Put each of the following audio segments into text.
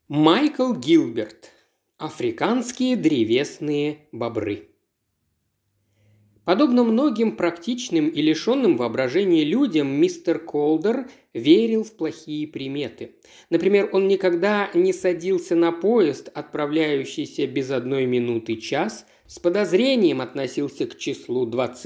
Майкл Гилберт. Африканские древесные бобры. Подобно многим практичным и лишенным воображения людям, мистер Колдер верил в плохие приметы. Например, он никогда не садился на поезд, отправляющийся без одной минуты час, с подозрением относился к числу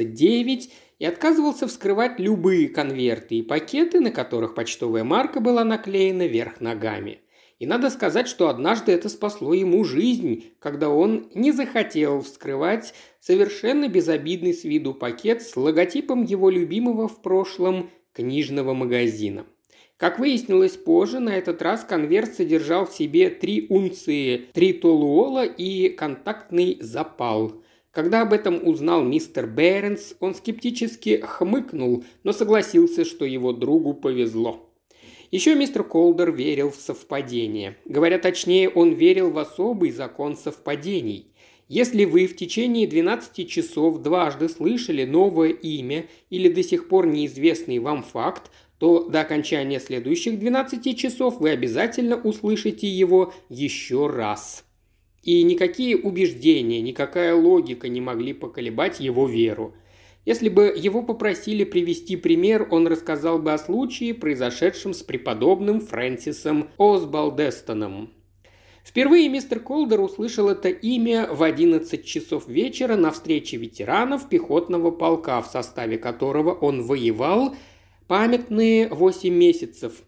29 и отказывался вскрывать любые конверты и пакеты, на которых почтовая марка была наклеена вверх ногами. И надо сказать, что однажды это спасло ему жизнь, когда он не захотел вскрывать совершенно безобидный с виду пакет с логотипом его любимого в прошлом книжного магазина. Как выяснилось позже, на этот раз конверт содержал в себе 3 унции тритолуола и контактный запал. Когда об этом узнал мистер Бернс, он скептически хмыкнул, но согласился, что его другу повезло. Еще мистер Колдер верил в совпадения. Говоря точнее, он верил в особый закон совпадений. Если вы в течение 12 часов дважды слышали новое имя или до сих пор неизвестный вам факт, то до окончания следующих 12 часов вы обязательно услышите его еще раз. И никакие убеждения, никакая логика не могли поколебать его веру. Если бы его попросили привести пример, он рассказал бы о случае, произошедшем с преподобным Фрэнсисом Осбалдестоном. Впервые мистер Колдер услышал это имя в 11 часов вечера на встрече ветеранов пехотного полка, в составе которого он воевал памятные 8 месяцев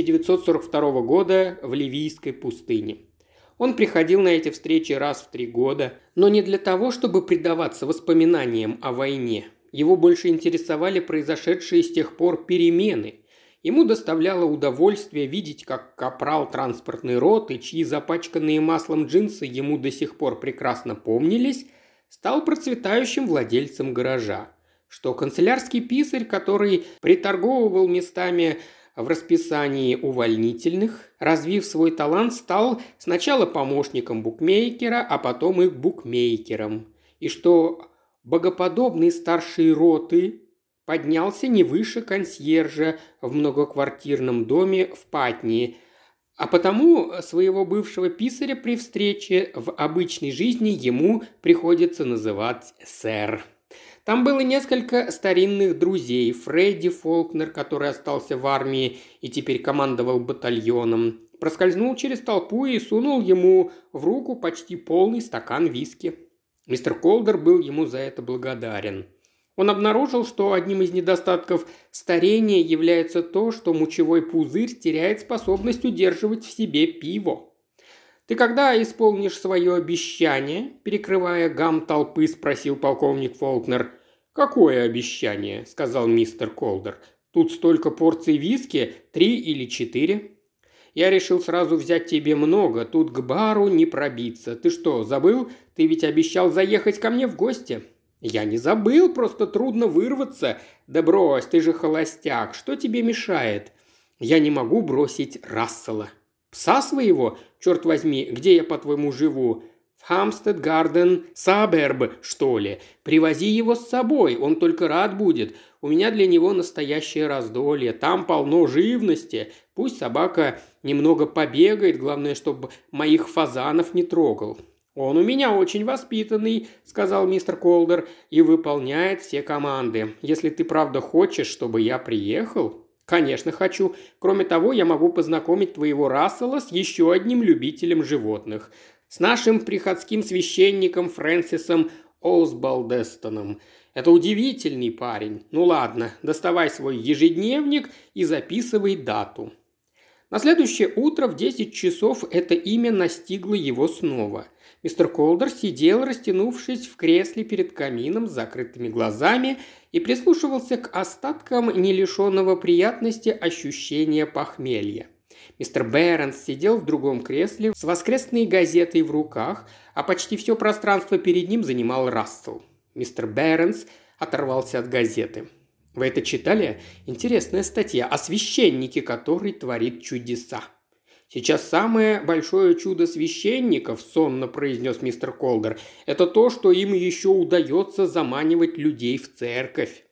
1942 года в Ливийской пустыне. Он приходил на эти встречи раз в 3 года, но не для того, чтобы предаваться воспоминаниям о войне. Его больше интересовали произошедшие с тех пор перемены. Ему доставляло удовольствие видеть, как капрал транспортной роты, чьи запачканные маслом джинсы ему до сих пор прекрасно помнились, стал процветающим владельцем гаража. Что канцелярский писарь, который приторговывал местами в расписании увольнительных, развив свой талант, стал сначала помощником букмекера, а потом и букмекером. И что богоподобный старший роты поднялся не выше консьержа в многоквартирном доме в Патни, а потому своего бывшего писаря при встрече в обычной жизни ему приходится называть сэр. Там было несколько старинных друзей. Фредди Фолкнер, который остался в армии и теперь командовал батальоном, проскользнул через толпу и сунул ему в руку почти полный стакан виски. Мистер Колдер был ему за это благодарен. Он обнаружил, что одним из недостатков старения является то, что мочевой пузырь теряет способность удерживать в себе пиво. «Ты когда исполнишь свое обещание?» – перекрывая гам толпы, спросил полковник Фолкнер. «Какое обещание?» – сказал мистер Колдер. «Тут столько порций виски, 3 или 4. Я решил сразу взять тебе много, тут к бару не пробиться. Ты что, забыл? Ты ведь обещал заехать ко мне в гости». «Я не забыл, просто трудно вырваться. Да брось, ты же холостяк, что тебе мешает?» «Я не могу бросить Рассела». «Пса своего? Черт возьми, где я, по-твоему, живу? В Хамстед-Гарден Саберб, что ли? Привози его с собой, он только рад будет. У меня для него настоящее раздолье, там полно живности. Пусть собака немного побегает, главное, чтобы моих фазанов не трогал». «Он у меня очень воспитанный», – сказал мистер Колдер, – «и выполняет все команды. Если ты правда хочешь, чтобы я приехал...» «Конечно хочу. Кроме того, я могу познакомить твоего Рассела с еще одним любителем животных. С нашим приходским священником Фрэнсисом Осбалдестоном. Это удивительный парень. Ну ладно, доставай свой ежедневник и записывай дату». На следующее утро в 10 часов это имя настигло его снова. Мистер Колдер сидел, растянувшись в кресле перед камином с закрытыми глазами, и прислушивался к остаткам нелишенного приятности ощущения похмелья. Мистер Бернс сидел в другом кресле с воскресной газетой в руках, а почти все пространство перед ним занимал Рассел. Мистер Бернс оторвался от газеты. «Вы это читали? Интересная статья о священнике, который творит чудеса». «Сейчас самое большое чудо священников», – сонно произнес мистер Колдер, – «это то, что им еще удается заманивать людей в церковь.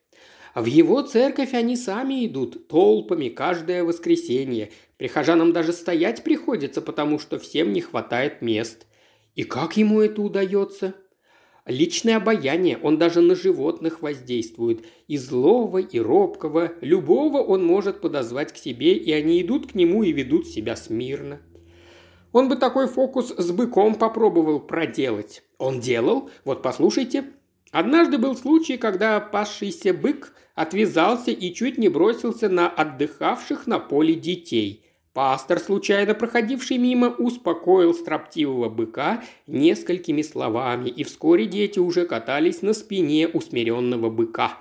В его церковь они сами идут, толпами, каждое воскресенье. Прихожанам даже стоять приходится, потому что всем не хватает мест. И как ему это удается? Личное обаяние, он даже на животных воздействует. И злого, и робкого, любого он может подозвать к себе, и они идут к нему и ведут себя смирно. Он бы такой фокус с быком попробовал проделать. Он делал, вот послушайте. Однажды был случай, когда пасшийся бык отвязался и чуть не бросился на отдыхавших на поле детей. Пастор, случайно проходивший мимо, успокоил строптивого быка несколькими словами, и вскоре дети уже катались на спине усмиренного быка.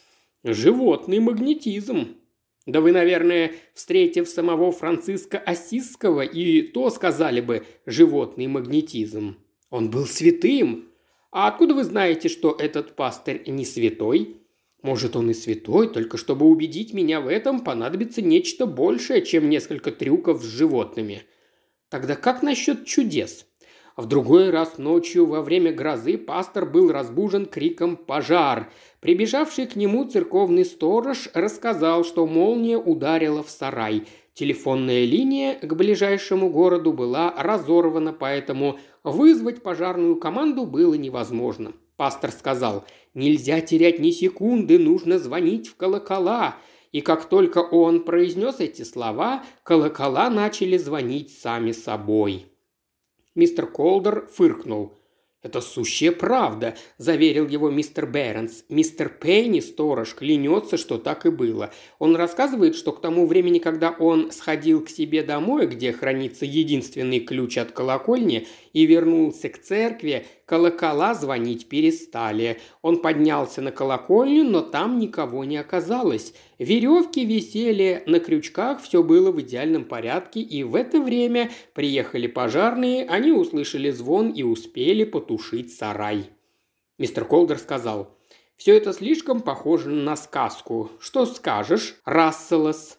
Животный магнетизм. Да вы, наверное, встретив самого Франциска Ассизского, и то сказали бы «животный магнетизм». Он был святым. А откуда вы знаете, что этот пастырь не святой? Может, он и святой, только чтобы убедить меня в этом, понадобится нечто большее, чем несколько трюков с животными. Тогда как насчет чудес? В другой раз ночью во время грозы пастор был разбужен криком «Пожар!». Прибежавший к нему церковный сторож рассказал, что молния ударила в сарай. Телефонная линия к ближайшему городу была разорвана, поэтому вызвать пожарную команду было невозможно. Пастор сказал: «Нельзя терять ни секунды, нужно звонить в колокола». И как только он произнес эти слова, колокола начали звонить сами собой. Мистер Колдер фыркнул. «Это сущая правда», – заверил его мистер Бернс. «Мистер Пенни, сторож, клянется, что так и было. Он рассказывает, что к тому времени, когда он сходил к себе домой, где хранится единственный ключ от колокольни, и вернулся к церкви, колокола звонить перестали. Он поднялся на колокольню, но там никого не оказалось. Веревки висели на крючках, все было в идеальном порядке, и в это время приехали пожарные, они услышали звон и успели потушить сарай». Мистер Колдер сказал: «Все это слишком похоже на сказку. Что скажешь, Расселос?»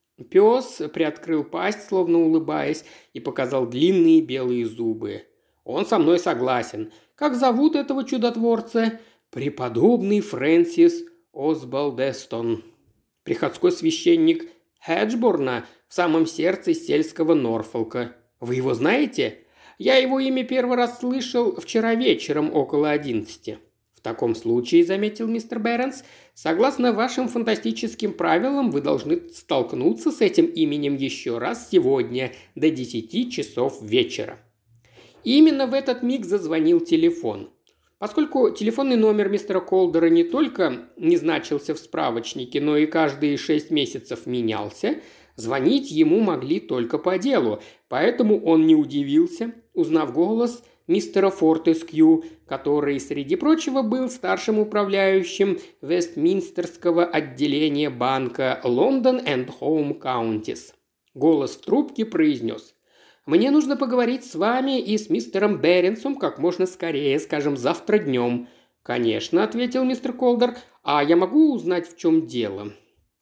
Пес приоткрыл пасть, словно улыбаясь, и показал длинные белые зубы. «Он со мной согласен. Как зовут этого чудотворца?» «Преподобный Фрэнсис Осбалдестон. Приходской священник Хеджборна в самом сердце сельского Норфолка. Вы его знаете? Я его имя первый раз слышал вчера вечером около 11. В таком случае, заметил мистер Бернс, согласно вашим фантастическим правилам, вы должны столкнуться с этим именем еще раз сегодня до 10 часов вечера. Именно в этот миг зазвонил телефон. Поскольку телефонный номер мистера Колдера не только не значился в справочнике, но и каждые 6 месяцев менялся, звонить ему могли только по делу, поэтому он не удивился, узнав голос мистера Фортескью, который, среди прочего, был старшим управляющим Вестминстерского отделения банка London and Home Counties. Голос в трубке произнес: «Мне нужно поговорить с вами и с мистером Бернсом как можно скорее, скажем, завтра днем». «Конечно», – ответил мистер Колдер, – «а я могу узнать, в чем дело?»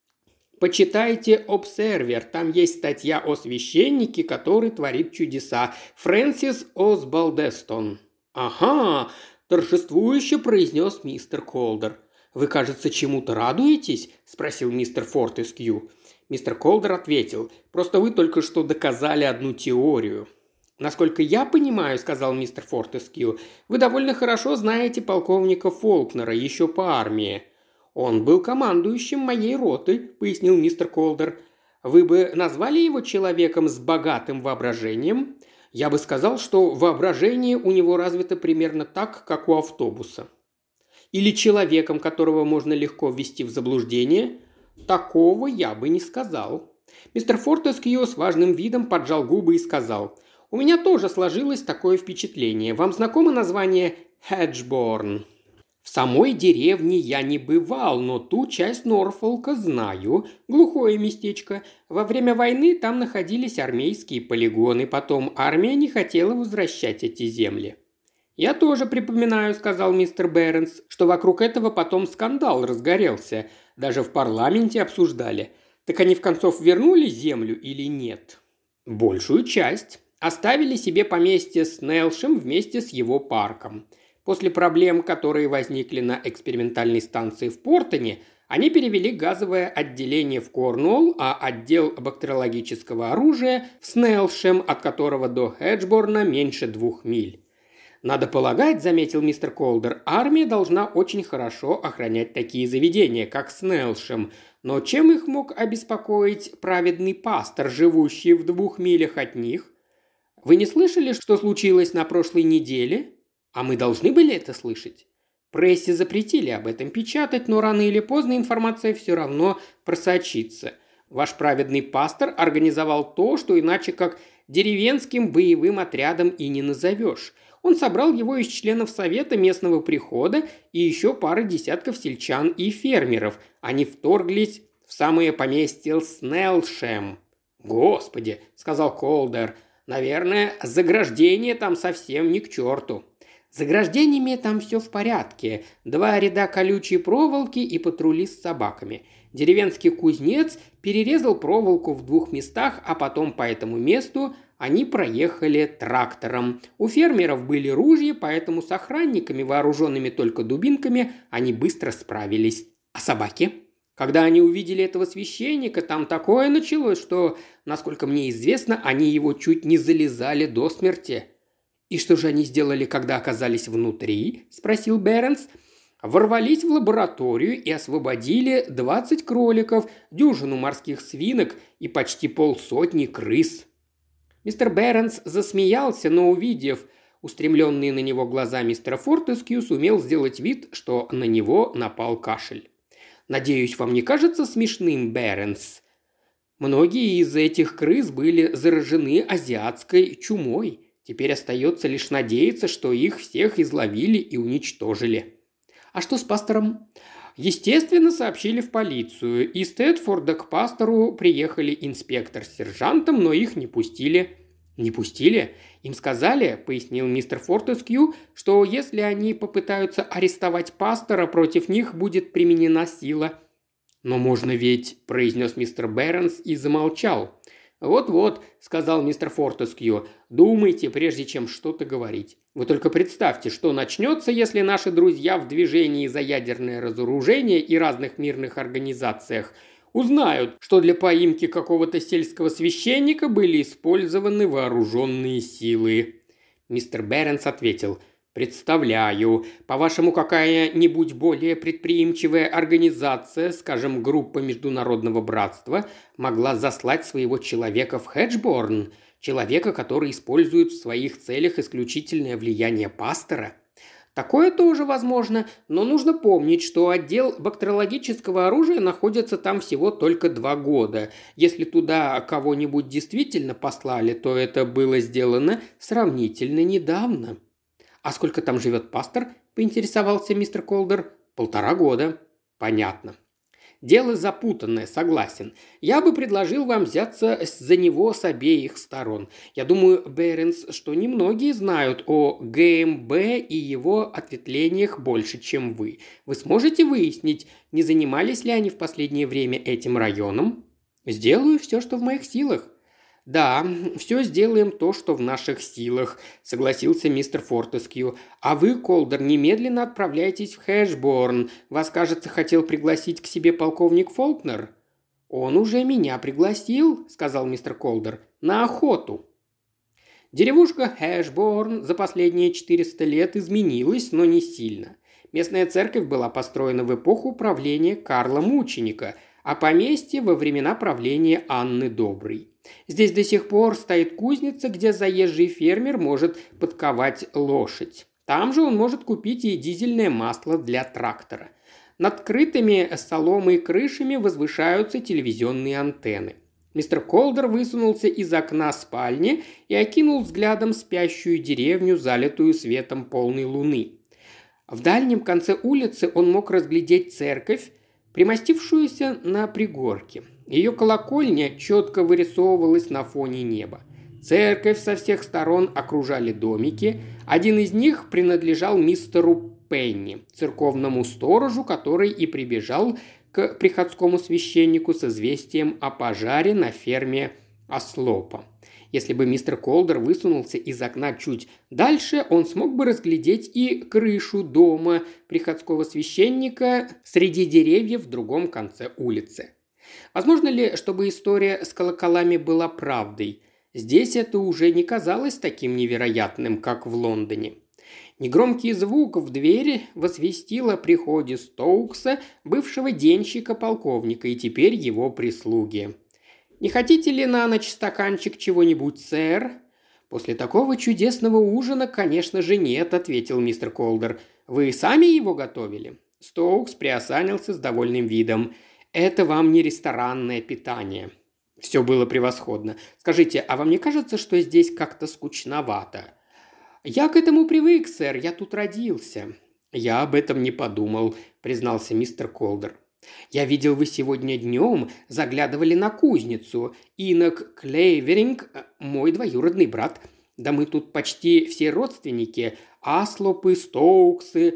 «Почитайте «Обсервер», там есть статья о священнике, который творит чудеса. Фрэнсис Осбалдестон». «Ага», – торжествующе произнес мистер Колдер. «Вы, кажется, чему-то радуетесь?» – спросил мистер Фортескью. Мистер Колдер ответил: «Просто вы только что доказали одну теорию». «Насколько я понимаю, — сказал мистер Фортескью, — вы довольно хорошо знаете полковника Фолкнера еще по армии». «Он был командующим моей роты», — пояснил мистер Колдер. «Вы бы назвали его человеком с богатым воображением?» «Я бы сказал, что воображение у него развито примерно так, как у автобуса». «Или человеком, которого можно легко ввести в заблуждение?» «Такого я бы не сказал». Мистер Фортескью с важным видом поджал губы и сказал: «У меня тоже сложилось такое впечатление. Вам знакомо название Хеджборн?» «В самой деревне я не бывал, но ту часть Норфолка знаю. Глухое местечко. Во время войны там находились армейские полигоны. Потом армия не хотела возвращать эти земли». «Я тоже припоминаю, — сказал мистер Бернс, — что вокруг этого потом скандал разгорелся. Даже в парламенте обсуждали. Так они в концов вернули землю или нет?» «Большую часть. Оставили себе поместье Снелшем вместе с его парком. После проблем, которые возникли на экспериментальной станции в Портоне, Они перевели газовое отделение в Корнуолл, а отдел бактериологического оружия в Снеллшем, от которого до Хеджборна меньше 2 миль. «Надо полагать, — заметил мистер Колдер, — армия должна очень хорошо охранять такие заведения, как Снеллшем. Но чем их мог обеспокоить праведный пастор, живущий в 2 милях от них? Вы не слышали, что случилось на прошлой неделе? А мы должны были это слышать? Прессе запретили об этом печатать, но рано или поздно информация все равно просочится. Ваш праведный пастор организовал то, что иначе как деревенским боевым отрядом и не назовешь. Он собрал его из членов совета местного прихода и еще пары десятков сельчан и фермеров. Они вторглись в самое поместье Снеллшем. «Господи!» – сказал Колдер. «Наверное, заграждение там совсем не к черту». Заграждениями там все в порядке. 2 ряда колючей проволоки и патрули с собаками. Деревенский кузнец перерезал проволоку в 2 местах, а потом по этому месту они проехали трактором. У фермеров были ружья, поэтому с охранниками, вооруженными только дубинками, они быстро справились. А собаки? Когда они увидели этого священника, там такое началось, что, насколько мне известно, они его чуть не залезали до смерти. «И что же они сделали, когда оказались внутри?» – спросил Бернс. «Ворвались в лабораторию и освободили 20 кроликов, дюжину морских свинок и почти 50 крыс». Мистер Бернс засмеялся, но, увидев устремленные на него глаза мистера Фортескью, сумел сделать вид, что на него напал кашель. «Надеюсь, вам не кажется смешным, Бернс? Многие из этих крыс были заражены азиатской чумой. Теперь остается лишь надеяться, что их всех изловили и уничтожили». «А что с пастором?» Естественно, сообщили в полицию. Из Тедфорда к пастору приехали инспектор с сержантом, но их не пустили. «Не пустили? Им сказали, — пояснил мистер Фортескью, — что если они попытаются арестовать пастора, против них будет применена сила». «Но можно ведь, — произнес мистер Бернс и замолчал. «Вот-вот, — сказал мистер Фортескью, — думайте, прежде чем что-то говорить. Вы только представьте, что начнется, если наши друзья в движении за ядерное разоружение и разных мирных организациях узнают, что для поимки какого-то сельского священника были использованы вооруженные силы». Мистер Бернс ответил: «Представляю. По-вашему, какая-нибудь более предприимчивая организация, скажем, группа Международного братства, могла заслать своего человека в Хеджборн? Человека, который использует в своих целях исключительное влияние пастора? Такое тоже возможно, но нужно помнить, что отдел бактериологического оружия находится там всего только 2 года. Если туда кого-нибудь действительно послали, то это было сделано сравнительно недавно». «А сколько там живет пастор?» – поинтересовался мистер Колдер. «1,5 года». «Понятно. Дело запутанное, согласен. Я бы предложил вам взяться за него с обеих сторон. Я думаю, Бернс, что немногие знают о ГМБ и его ответвлениях больше, чем вы. Вы сможете выяснить, не занимались ли они в последнее время этим районом?» «Сделаю все, что в моих силах». «Да, все сделаем то, что в наших силах», – согласился мистер Фортескью. «А вы, Колдер, немедленно отправляйтесь в Хэшборн. Вас, кажется, хотел пригласить к себе полковник Фолкнер». «Он уже меня пригласил», – сказал мистер Колдер, – «на охоту». Деревушка Хэшборн за последние 400 лет изменилась, но не сильно. Местная церковь была построена в эпоху правления Карла Мученика, а поместье во времена правления Анны Доброй. Здесь до сих пор стоит кузница, где заезжий фермер может подковать лошадь. Там же он может купить и дизельное масло для трактора. Над крытыми соломой крышами возвышаются телевизионные антенны. Мистер Колдер высунулся из окна спальни и окинул взглядом спящую деревню, залитую светом полной луны. В дальнем конце улицы он мог разглядеть церковь, примостившуюся на пригорке. Ее колокольня четко вырисовывалась на фоне неба. Церковь со всех сторон окружали домики. Один из них принадлежал мистеру Пенни, церковному сторожу, который и прибежал к приходскому священнику с известием о пожаре на ферме Ослопа. Если бы мистер Колдер высунулся из окна чуть дальше, он смог бы разглядеть и крышу дома приходского священника среди деревьев в другом конце улицы. Возможно ли, чтобы история с колоколами была правдой? Здесь это уже не казалось таким невероятным, как в Лондоне. Негромкий звук в двери возвестил о приходе Стоукса, бывшего денщика полковника и теперь его прислуги. «Не хотите ли на ночь стаканчик чего-нибудь, сэр?» «После такого чудесного ужина, конечно же, нет», – ответил мистер Колдер. «Вы сами его готовили?» Стоукс приосанился с довольным видом. «Это вам не ресторанное питание». Все было превосходно. «Скажите, а вам не кажется, что здесь как-то скучновато?» «Я к этому привык, сэр, я тут родился». «Я об этом не подумал», – признался мистер Колдер. «Я видел, вы сегодня днем заглядывали на кузницу. Инок Клейверинг – мой двоюродный брат. Да мы тут почти все родственники. Аслопы, Стоуксы,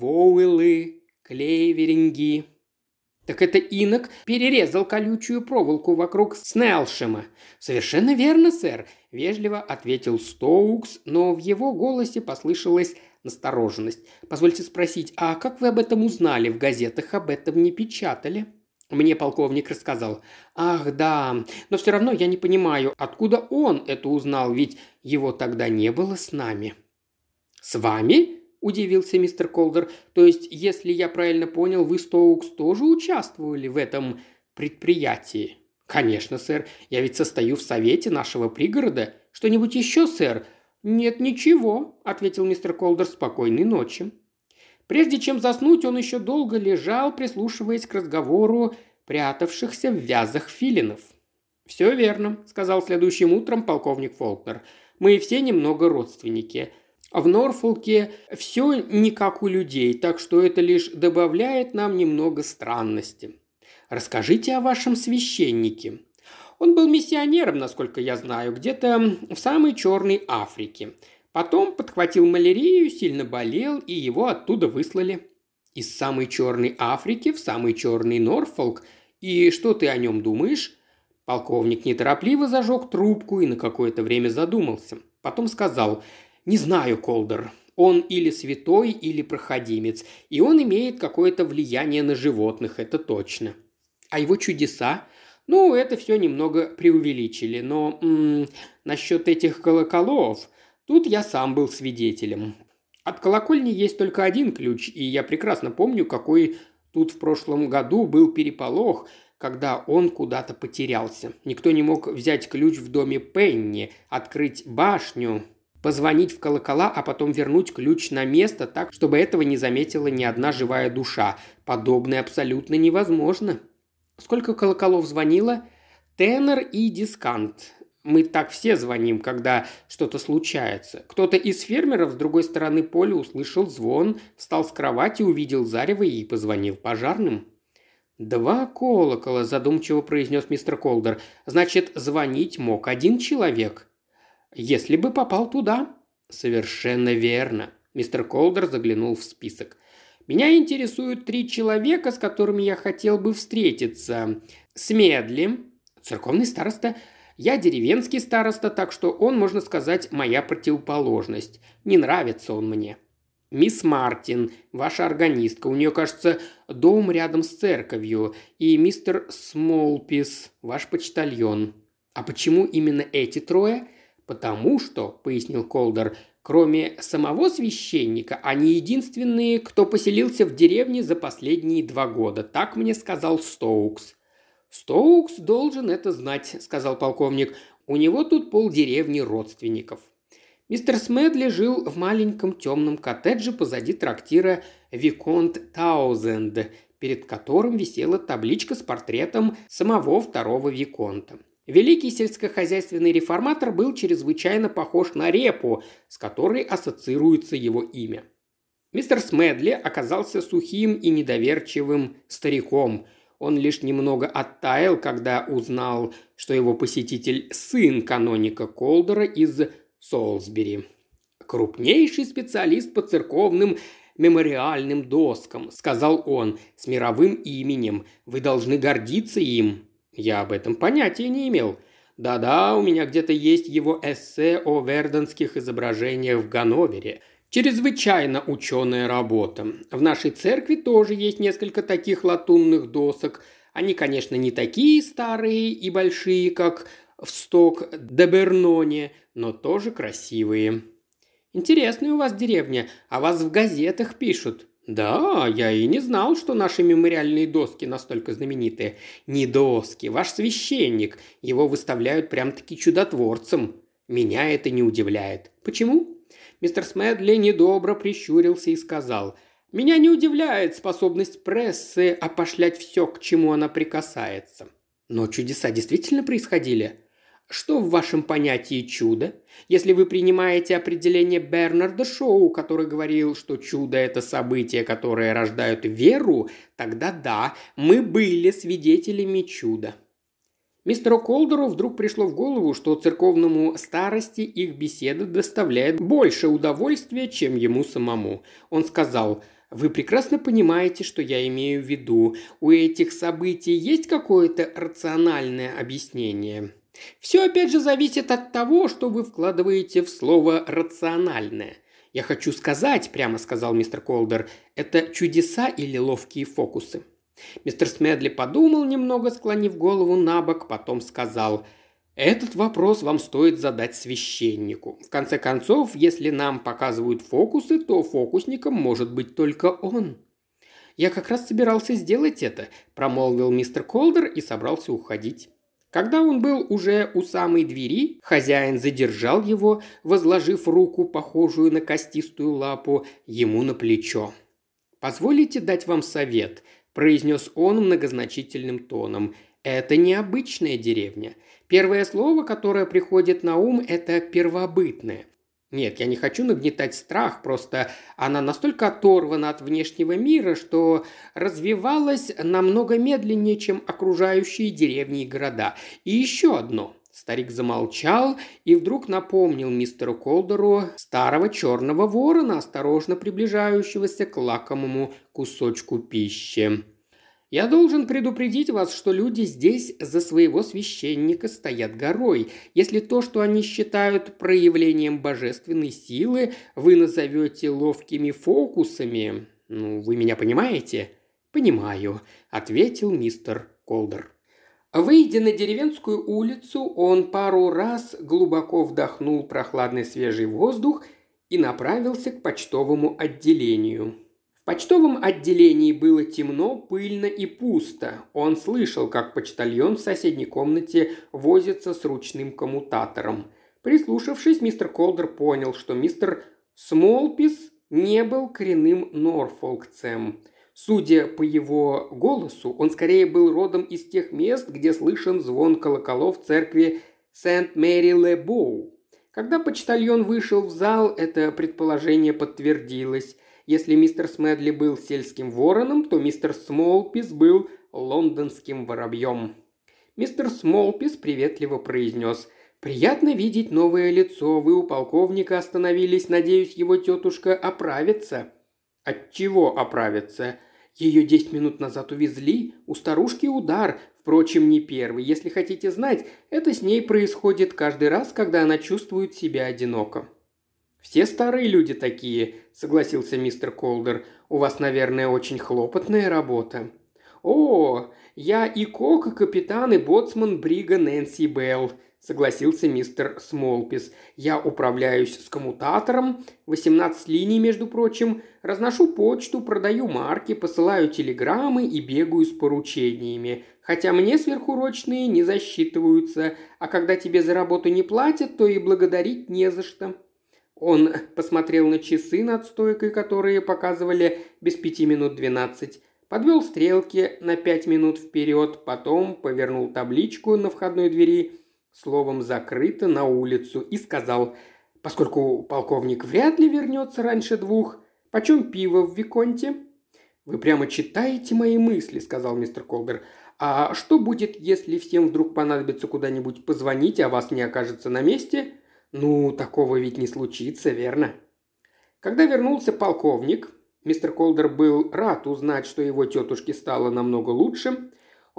Воуэллы, Клейверинги». «Так это Инок перерезал колючую проволоку вокруг Снелшема». «Совершенно верно, сэр», – вежливо ответил Стоукс, но в его голосе послышалась настороженность. «Позвольте спросить, а как вы об этом узнали? В газетах об этом не печатали?» Мне полковник рассказал. «Ах, да, но все равно я не понимаю, откуда он это узнал, ведь его тогда не было с нами». «С вами?» – удивился мистер Колдер. «То есть, если я правильно понял, вы, Стоукс, тоже участвовали в этом предприятии?» «Конечно, сэр. Я ведь состою в совете нашего пригорода. Что-нибудь еще, сэр?» «Нет, ничего», – ответил мистер Колдер. «Спокойной ночи». Прежде чем заснуть, он еще долго лежал, прислушиваясь к разговору прятавшихся в вязах филинов. «Все верно», – сказал следующим утром полковник Фолкнер. «Мы все немного родственники. В Норфолке все не как у людей, так что это лишь добавляет нам немного странности. Расскажите о вашем священнике». Он был миссионером, насколько я знаю, где-то в самой Черной Африке. Потом подхватил малярию, сильно болел, и его оттуда выслали. Из самой Черной Африки в самый Черный Норфолк. И что ты о нем думаешь? Полковник неторопливо зажег трубку и на какое-то время задумался. Потом сказал: «Не знаю, Колдер. Он или святой, или проходимец, и он имеет какое-то влияние на животных, это точно. А его чудеса? Ну, это все немного преувеличили, но насчет этих колоколов, тут я сам был свидетелем. От колокольни есть только один ключ, и я прекрасно помню, какой тут в прошлом году был переполох, когда он куда-то потерялся. Никто не мог взять ключ в доме Пенни, открыть башню, позвонить в колокола, а потом вернуть ключ на место так, чтобы этого не заметила ни одна живая душа. Подобное абсолютно невозможно». «Сколько колоколов звонило?» «Тенор и дискант. Мы так все звоним, когда что-то случается. Кто-то из фермеров с другой стороны поля услышал звон, встал с кровати, увидел зарево и позвонил пожарным». «2 колокола», – задумчиво произнес мистер Колдер. «Значит, звонить мог один человек?» «Если бы попал туда». «Совершенно верно». Мистер Колдер заглянул в список. «Меня интересуют 3 человека, с которыми я хотел бы встретиться. Смедли, церковный староста. Я деревенский староста, так что он, можно сказать, моя противоположность. Не нравится он мне. Мисс Мартин, ваша органистка. У нее, кажется, дом рядом с церковью. И мистер Смолпис, ваш почтальон». «А почему именно эти 3? «Потому что», – пояснил Колдер, – «кроме самого священника, они единственные, кто поселился в деревне за последние 2 года. Так мне сказал Стоукс». «Стоукс должен это знать», – сказал полковник. «У него тут полдеревни родственников». Мистер Смедли жил в маленьком темном коттедже позади трактира «Виконт Таузенд», перед которым висела табличка с портретом самого 2-го Виконта. Великий сельскохозяйственный реформатор был чрезвычайно похож на репу, с которой ассоциируется его имя. Мистер Смедли оказался сухим и недоверчивым стариком. Он лишь немного оттаял, когда узнал, что его посетитель – сын каноника Колдера из Солсбери. «Крупнейший специалист по церковным мемориальным доскам», – сказал он, – «с мировым именем. Вы должны гордиться им». «Я об этом понятия не имел». Да-да, у меня где-то есть его эссе о верденских изображениях в Ганновере. Чрезвычайно ученая работа. В нашей церкви тоже есть несколько таких латунных досок. Они, конечно, не такие старые и большие, как в Сток-де-Берноне, но тоже красивые. Интересная у вас деревня, а вас в газетах пишут. Да, я и не знал, что наши мемориальные доски настолько знаменитые. Не доски, ваш священник. Его выставляют прям-таки чудотворцем. Меня это не удивляет. Почему? Мистер Смедли недобро прищурился и сказал: «Меня не удивляет способность прессы опошлять все, к чему она прикасается. Но чудеса действительно происходили. Что в вашем понятии чудо? Если вы принимаете определение Бернарда Шоу, который говорил, что чудо – это события, которые рождают веру, тогда да, мы были свидетелями чуда». Мистеру Колдеру вдруг пришло в голову, что церковному старости их беседа доставляет больше удовольствия, чем ему самому. Он сказал: «Вы прекрасно понимаете, что я имею в виду. У этих событий есть какое-то рациональное объяснение?» «Все опять же зависит от того, что вы вкладываете в слово «рациональное». Я хочу сказать, прямо сказал мистер Колдер, это чудеса или ловкие фокусы?» Мистер Смедли подумал немного, склонив голову на бок, потом сказал: «Этот вопрос вам стоит задать священнику. В конце концов, если нам показывают фокусы, то фокусником может быть только он». «Я как раз собирался сделать это», – промолвил мистер Колдер и собрался уходить. Когда он был уже у самой двери, хозяин задержал его, возложив руку, похожую на костистую лапу, ему на плечо. «Позволите дать вам совет», – произнес он многозначительным тоном. «Это необычная деревня. Первое слово, которое приходит на ум, это первобытное. Нет, я не хочу нагнетать страх, просто она настолько оторвана от внешнего мира, что развивалась намного медленнее, чем окружающие деревни и города. И еще одно». Старик замолчал и вдруг напомнил мистеру Колдеру старого черного ворона, осторожно приближающегося к лакомому кусочку пищи. «Я должен предупредить вас, что люди здесь за своего священника стоят горой. Если то, что они считают проявлением божественной силы, вы назовете ловкими фокусами, вы меня понимаете?» «Понимаю», – ответил мистер Колдер. Выйдя на деревенскую улицу, он пару раз глубоко вдохнул прохладный свежий воздух и направился к почтовому отделению. В почтовом отделении было темно, пыльно и пусто. Он слышал, как почтальон в соседней комнате возится с ручным коммутатором. Прислушавшись, мистер Колдер понял, что мистер Смолпис не был коренным норфолкцем. Судя по его голосу, он скорее был родом из тех мест, где слышен звон колоколов церкви Сент-Мэри-ле-Боу. Когда почтальон вышел в зал, это предположение подтвердилось. Если мистер Смедли был сельским вороном, то мистер Смолпис был лондонским воробьем. Мистер Смолпис приветливо произнес: «Приятно видеть новое лицо. Вы у полковника остановились. Надеюсь, его тетушка оправится». «От чего оправится?» «Ее 10 минут назад увезли. У старушки удар. Впрочем, не первый. Если хотите знать, это с ней происходит каждый раз, когда она чувствует себя одиноко». «Все старые люди такие», – согласился мистер Колдер. «У вас, наверное, очень хлопотная работа». «О, я и кок, и капитан, и боцман брига Нэнси Белл», – согласился мистер Смолпис. «Я управляюсь с коммутатором, 18 линий, между прочим, разношу почту, продаю марки, посылаю телеграммы и бегаю с поручениями. Хотя мне сверхурочные не засчитываются, а когда тебе за работу не платят, то и благодарить не за что». Он посмотрел на часы над стойкой, которые показывали без 5 минут 12, подвел стрелки на 5 минут вперед, потом повернул табличку на входной двери словом «закрыто» на улицу и сказал: «Поскольку полковник вряд ли вернется раньше 2, почем пиво в Виконте?» «Вы прямо читаете мои мысли», – сказал мистер Колдер. «А что будет, если всем вдруг понадобится куда-нибудь позвонить, а вас не окажется на месте?» Такого ведь не случится, верно? Когда вернулся полковник, мистер Колдер был рад узнать, что его тетушке стало намного лучше.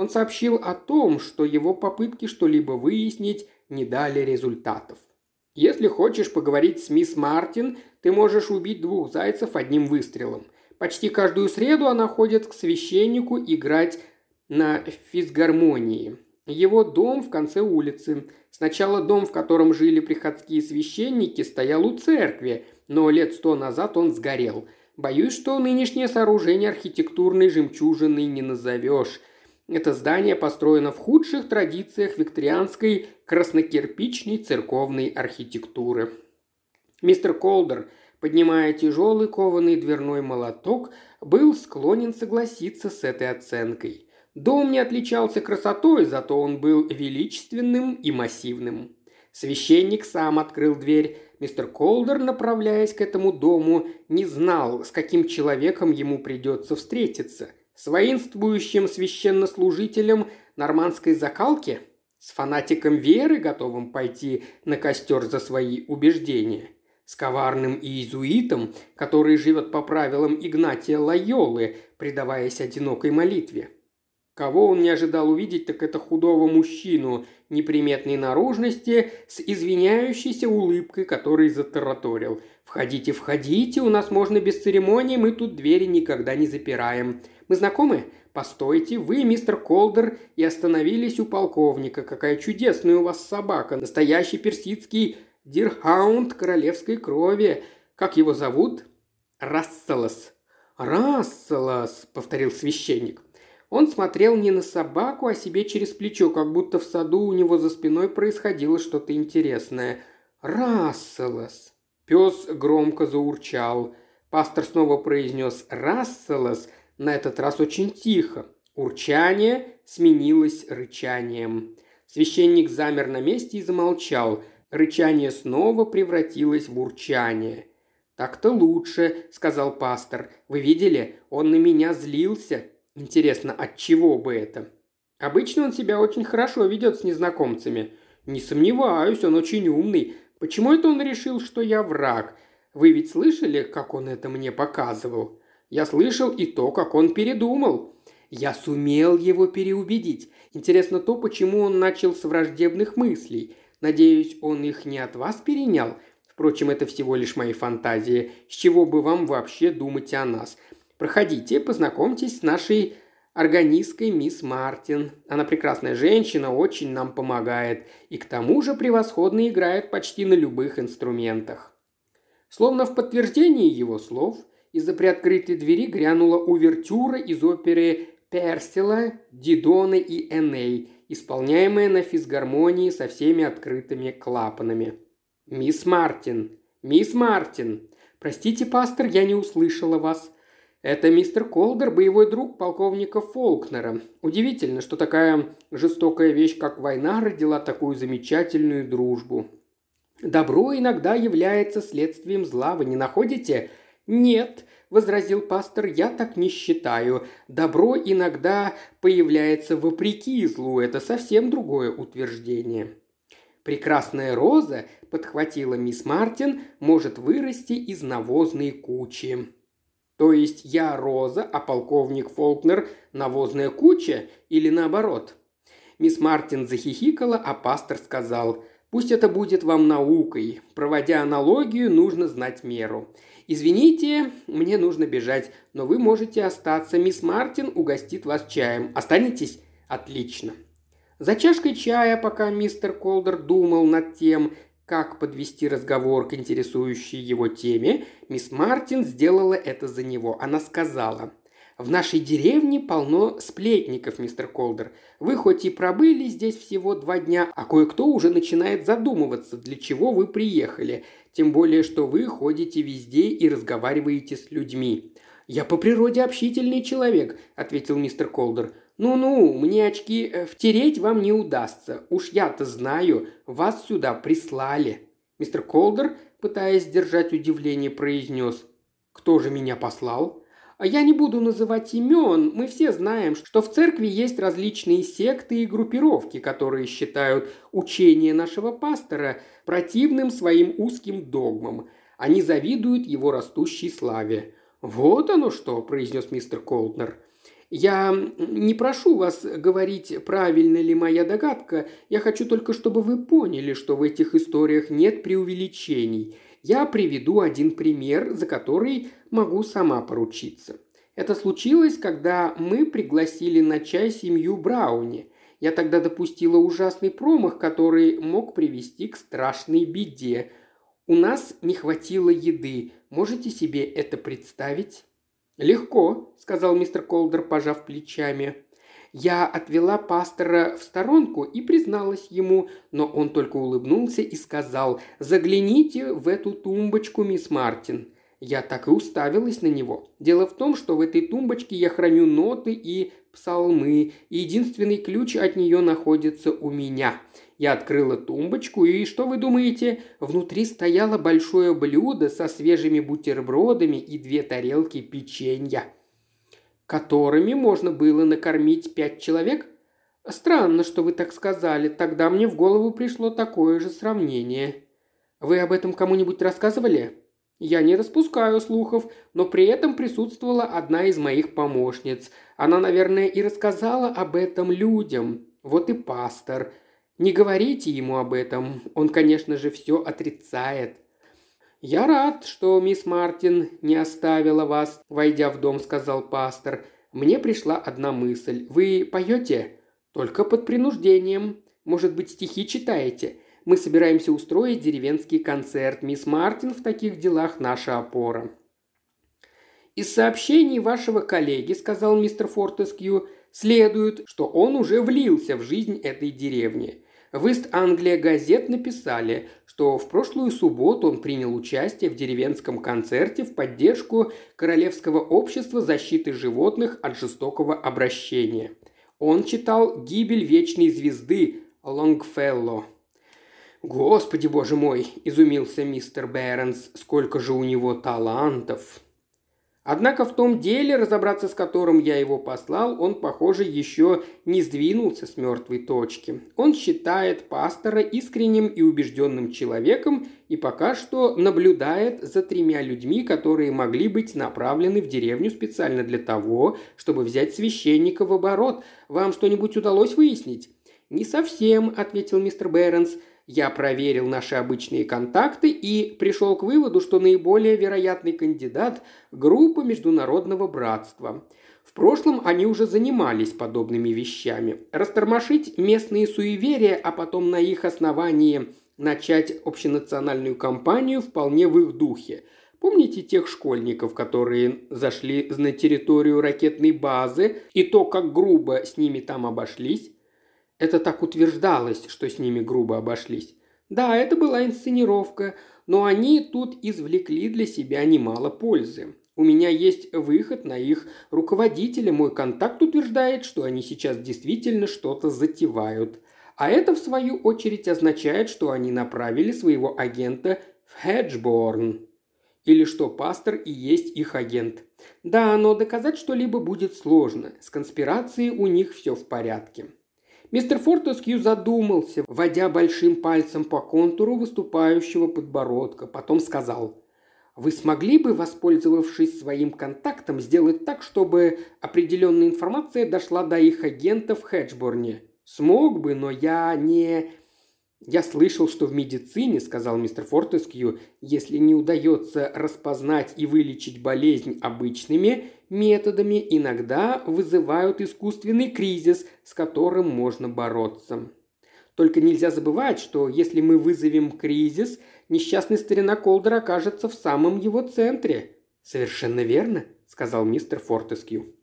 Он сообщил о том, что его попытки что-либо выяснить не дали результатов. «Если хочешь поговорить с мисс Мартин, ты можешь убить 2 зайцев одним выстрелом. Почти каждую среду она ходит к священнику играть на физгармонии. Его дом в конце улицы. Сначала дом, в котором жили приходские священники, стоял у церкви, но лет 100 назад он сгорел. Боюсь, что нынешнее сооружение архитектурной жемчужиной не назовешь. Это здание построено в худших традициях викторианской краснокирпичной церковной архитектуры». Мистер Колдер, поднимая тяжелый кованый дверной молоток, был склонен согласиться с этой оценкой. Дом не отличался красотой, зато он был величественным и массивным. Священник сам открыл дверь. Мистер Колдер, направляясь к этому дому, не знал, с каким человеком ему придется встретиться. С воинствующим священнослужителем нормандской закалки? С фанатиком веры, готовым пойти на костер за свои убеждения? С коварным иезуитом, который живет по правилам Игнатия Лойолы, предаваясь одинокой молитве? Кого он не ожидал увидеть, так это худого мужчину неприметной наружности с извиняющейся улыбкой, который затараторил: «Входите, входите, у нас можно без церемоний, мы тут двери никогда не запираем. Мы знакомы? Постойте, вы, мистер Колдер, и остановились у полковника. Какая чудесная у вас собака, настоящий персидский дирхаунд королевской крови. Как его зовут?» «Расселос». «Расселос», — повторил священник. Он смотрел не на собаку, а себе через плечо, как будто в саду у него за спиной происходило что-то интересное. «Расселос». Пес громко заурчал. Пастор снова произнес «Расселос», на этот раз очень тихо. Урчание сменилось рычанием. Священник замер на месте и замолчал. Рычание снова превратилось в урчание. «Так-то лучше», — сказал пастор. «Вы видели? Он на меня злился. Интересно, от чего бы это? Обычно он себя очень хорошо ведет с незнакомцами». «Не сомневаюсь, он очень умный. Почему это он решил, что я враг? Вы ведь слышали, как он это мне показывал?» «Я слышал и то, как он передумал. Я сумел его переубедить. Интересно то, почему он начал с враждебных мыслей. Надеюсь, он их не от вас перенял? Впрочем, это всего лишь мои фантазии. С чего бы вам вообще думать о нас? Проходите, познакомьтесь с нашей органисткой мисс Мартин. Она прекрасная женщина, очень нам помогает. И к тому же превосходно играет почти на любых инструментах». Словно в подтверждении его слов, из-за приоткрытой двери грянула увертюра из оперы Персила, Дидона и Эней, исполняемая на физгармонии со всеми открытыми клапанами. «Мисс Мартин! Мисс Мартин! Простите, пастор, я не услышала вас. Это мистер Колдер, боевой друг полковника Фолкнера. Удивительно, что такая жестокая вещь, как война, родила такую замечательную дружбу. Добро иногда является следствием зла, вы не находите?» «Нет», – возразил пастор, – «я так не считаю. Добро иногда появляется вопреки злу. Это совсем другое утверждение». «Прекрасная роза», – подхватила мисс Мартин, – «может вырасти из навозной кучи». «То есть я роза, а полковник Фолкнер – навозная куча или наоборот?» Мисс Мартин захихикала, а пастор сказал: «Пусть это будет вам наукой. Проводя аналогию, нужно знать меру. Извините, мне нужно бежать, но вы можете остаться. Мисс Мартин угостит вас чаем. Останетесь? Отлично». За чашкой чая, пока мистер Колдер думал над тем, как подвести разговор к интересующей его теме, мисс Мартин сделала это за него. Она сказала: «В нашей деревне полно сплетников, мистер Колдер. Вы хоть и пробыли здесь всего 2 дня, а кое-кто уже начинает задумываться, для чего вы приехали. Тем более, что вы ходите везде и разговариваете с людьми». «Я по природе общительный человек», – ответил мистер Колдер. «Ну-ну, мне очки втереть вам не удастся. Уж я-то знаю, вас сюда прислали». Мистер Колдер, пытаясь сдержать удивление, произнес: «Кто же меня послал?» «А я не буду называть имен. Мы все знаем, что в церкви есть различные секты и группировки, которые считают учение нашего пастора противным своим узким догмам. Они завидуют его растущей славе». «Вот оно что», – произнес мистер Колдер. Я не прошу вас говорить, правильна ли моя догадка, я хочу только, чтобы вы поняли, что в этих историях нет преувеличений. Я приведу один пример, за который могу сама поручиться. Это случилось, когда мы пригласили на чай семью Брауни. Я тогда допустила ужасный промах, который мог привести к страшной беде. У нас не хватило еды. Можете себе это представить? «Легко», – сказал мистер Колдер, пожав плечами. Я отвела пастора в сторонку и призналась ему, но он только улыбнулся и сказал: «Загляните в эту тумбочку, мисс Мартин». Я так и уставилась на него. Дело в том, что в этой тумбочке я храню ноты и псалмы, и единственный ключ от нее находится у меня. Я открыла тумбочку, и что вы думаете? Внутри стояло большое блюдо со свежими бутербродами и 2 тарелки печенья, которыми можно было накормить 5 человек? Странно, что вы так сказали. Тогда мне в голову пришло такое же сравнение. Вы об этом кому-нибудь рассказывали? Я не распускаю слухов, но при этом присутствовала одна из моих помощниц. Она, наверное, и рассказала об этом людям. Вот и пастор. Не говорите ему об этом. Он, конечно же, все отрицает. «Я рад, что мисс Мартин не оставила вас, войдя в дом», — сказал пастор. «Мне пришла одна мысль. Вы поете? Только под принуждением. Может быть, стихи читаете? Мы собираемся устроить деревенский концерт. Мисс Мартин в таких делах наша опора». «Из сообщений вашего коллеги, — сказал мистер Фортескью, — следует, что он уже влился в жизнь этой деревни. В Ист-Англия газет написали, что в прошлую субботу он принял участие в деревенском концерте в поддержку Королевского общества защиты животных от жестокого обращения. Он читал «Гибель вечной звезды» Лонгфелло. «Господи, боже мой!» – изумился мистер Бернс. «Сколько же у него талантов!» Однако в том деле, разобраться с которым я его послал, он, похоже, еще не сдвинулся с мертвой точки. Он считает пастора искренним и убежденным человеком и пока что наблюдает за 3 людьми, которые могли быть направлены в деревню специально для того, чтобы взять священника в оборот. Вам что-нибудь удалось выяснить? «Не совсем», – ответил мистер Бернс. «Я проверил наши обычные контакты и пришел к выводу, что наиболее вероятный кандидат – группа Международного братства. В прошлом они уже занимались подобными вещами. Растормошить местные суеверия, а потом на их основании начать общенациональную кампанию вполне в их духе. Помните тех школьников, которые зашли на территорию ракетной базы, и то, как грубо с ними там обошлись?» Это так утверждалось, что с ними грубо обошлись. Да, это была инсценировка, но они тут извлекли для себя немало пользы. У меня есть выход на их руководителя. Мой контакт утверждает, что они сейчас действительно что-то затевают. А это, в свою очередь, означает, что они направили своего агента в Хеджборн. Или что пастор и есть их агент. Да, но доказать что-либо будет сложно. С конспирацией у них все в порядке. Мистер Фортескью задумался, водя большим пальцем по контуру выступающего подбородка. Потом сказал: «Вы смогли бы, воспользовавшись своим контактом, сделать так, чтобы определенная информация дошла до их агента в Хеджборне?» «Смог бы, но я не...» «Я слышал, что в медицине, — сказал мистер Фортескью, — если не удается распознать и вылечить болезнь обычными методами, иногда вызывают искусственный кризис, с которым можно бороться. Только нельзя забывать, что если мы вызовем кризис, несчастный старина Колдер окажется в самом его центре». «Совершенно верно, — сказал мистер Фортескью.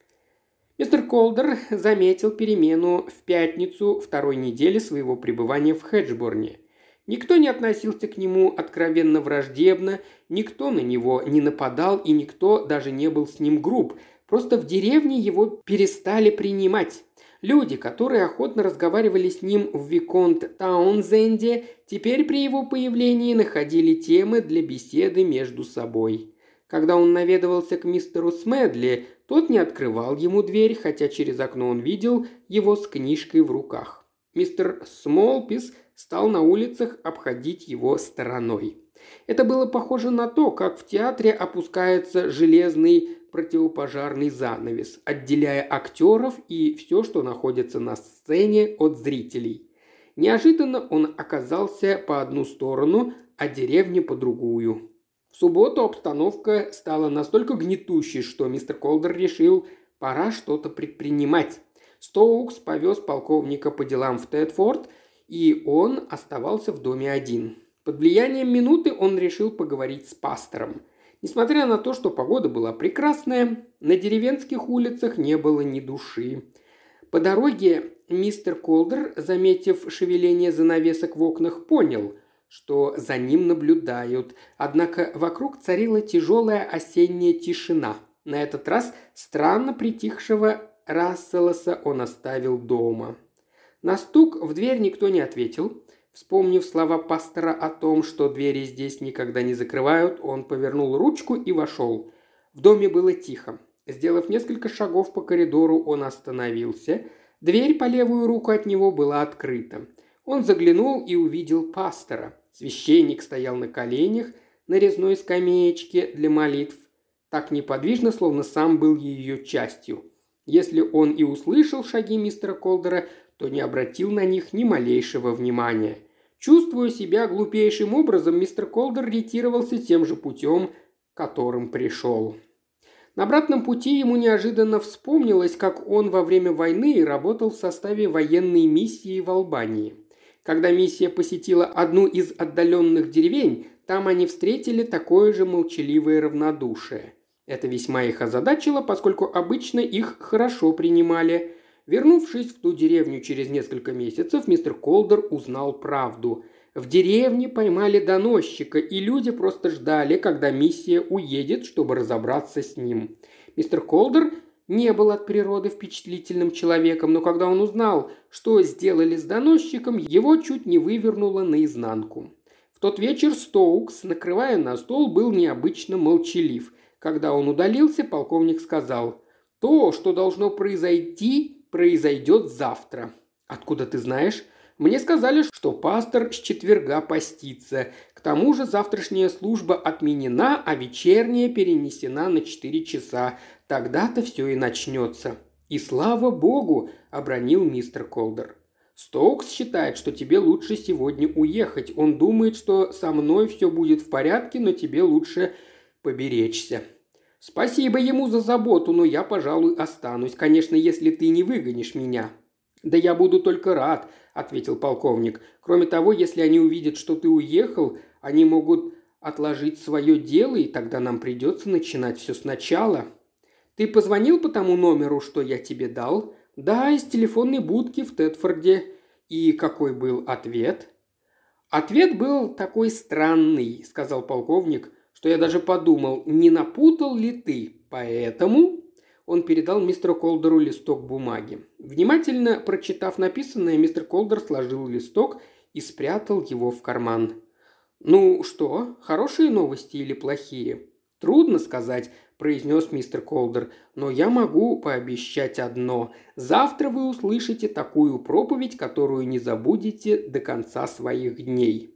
Мистер Колдер заметил перемену в пятницу второй недели своего пребывания в Хеджборне. Никто не относился к нему откровенно враждебно, никто на него не нападал и никто даже не был с ним груб. Просто в деревне его перестали принимать. Люди, которые охотно разговаривали с ним в Виконт-Таунзенде, теперь при его появлении находили темы для беседы между собой. Когда он наведывался к мистеру Смедли, тот не открывал ему дверь, хотя через окно он видел его с книжкой в руках. Мистер Смолпис стал на улицах обходить его стороной. Это было похоже на то, как в театре опускается железный противопожарный занавес, отделяя актеров и все, что находится на сцене, от зрителей. Неожиданно он оказался по одну сторону, а деревня по другую. В субботу обстановка стала настолько гнетущей, что мистер Колдер решил, пора что-то предпринимать. Стоукс повез полковника по делам в Тетфорд, и он оставался в доме один. Под влиянием минуты он решил поговорить с пастором. Несмотря на то, что погода была прекрасная, на деревенских улицах не было ни души. По дороге мистер Колдер, заметив шевеление занавесок в окнах, понял, что за ним наблюдают. Однако вокруг царила тяжелая осенняя тишина. На этот раз странно притихшего Расселоса он оставил дома. На стук в дверь никто не ответил. Вспомнив слова пастора о том, что двери здесь никогда не закрывают, он повернул ручку и вошел. В доме было тихо. Сделав несколько шагов по коридору, он остановился. Дверь по левую руку от него была открыта. Он заглянул и увидел пастора. Священник стоял на коленях на резной скамеечке для молитв, так неподвижно, словно сам был ее частью. Если он и услышал шаги мистера Колдера, то не обратил на них ни малейшего внимания. Чувствуя себя глупейшим образом, мистер Колдер ретировался тем же путем, которым пришел. На обратном пути ему неожиданно вспомнилось, как он во время войны работал в составе военной миссии в Албании. Когда миссия посетила одну из отдаленных деревень, там они встретили такое же молчаливое равнодушие. Это весьма их озадачило, поскольку обычно их хорошо принимали. Вернувшись в ту деревню через несколько месяцев, мистер Колдер узнал правду. В деревне поймали доносчика, и люди просто ждали, когда миссия уедет, чтобы разобраться с ним. Мистер Колдер не был от природы впечатлительным человеком, но когда он узнал, что сделали с доносчиком, его чуть не вывернуло наизнанку. В тот вечер Стоукс, накрывая на стол, был необычно молчалив. Когда он удалился, полковник сказал: «То, что должно произойти, произойдет завтра». «Откуда ты знаешь?» «Мне сказали, что пастор с четверга постится. К тому же завтрашняя служба отменена, а вечерняя перенесена на 4 часа. Тогда-то все и начнется». «И слава богу!» – обронил мистер Колдер. «Стоукс считает, что тебе лучше сегодня уехать. Он думает, что со мной все будет в порядке, но тебе лучше поберечься». «Спасибо ему за заботу, но я, пожалуй, останусь. Конечно, если ты не выгонишь меня». «Да я буду только рад», – ответил полковник. «Кроме того, если они увидят, что ты уехал, они могут отложить свое дело, и тогда нам придется начинать все сначала». «Ты позвонил по тому номеру, что я тебе дал?» «Да, из телефонной будки в Тетфорде». «И какой был ответ?» «Ответ был такой странный», – сказал полковник, – «что я даже подумал, не напутал ли ты. Поэтому...» Он передал мистеру Колдеру листок бумаги. Внимательно прочитав написанное, мистер Колдер сложил листок и спрятал его в карман. «Ну что, хорошие новости или плохие?» «Трудно сказать», – произнес мистер Колдер, – «но я могу пообещать одно. Завтра вы услышите такую проповедь, которую не забудете до конца своих дней».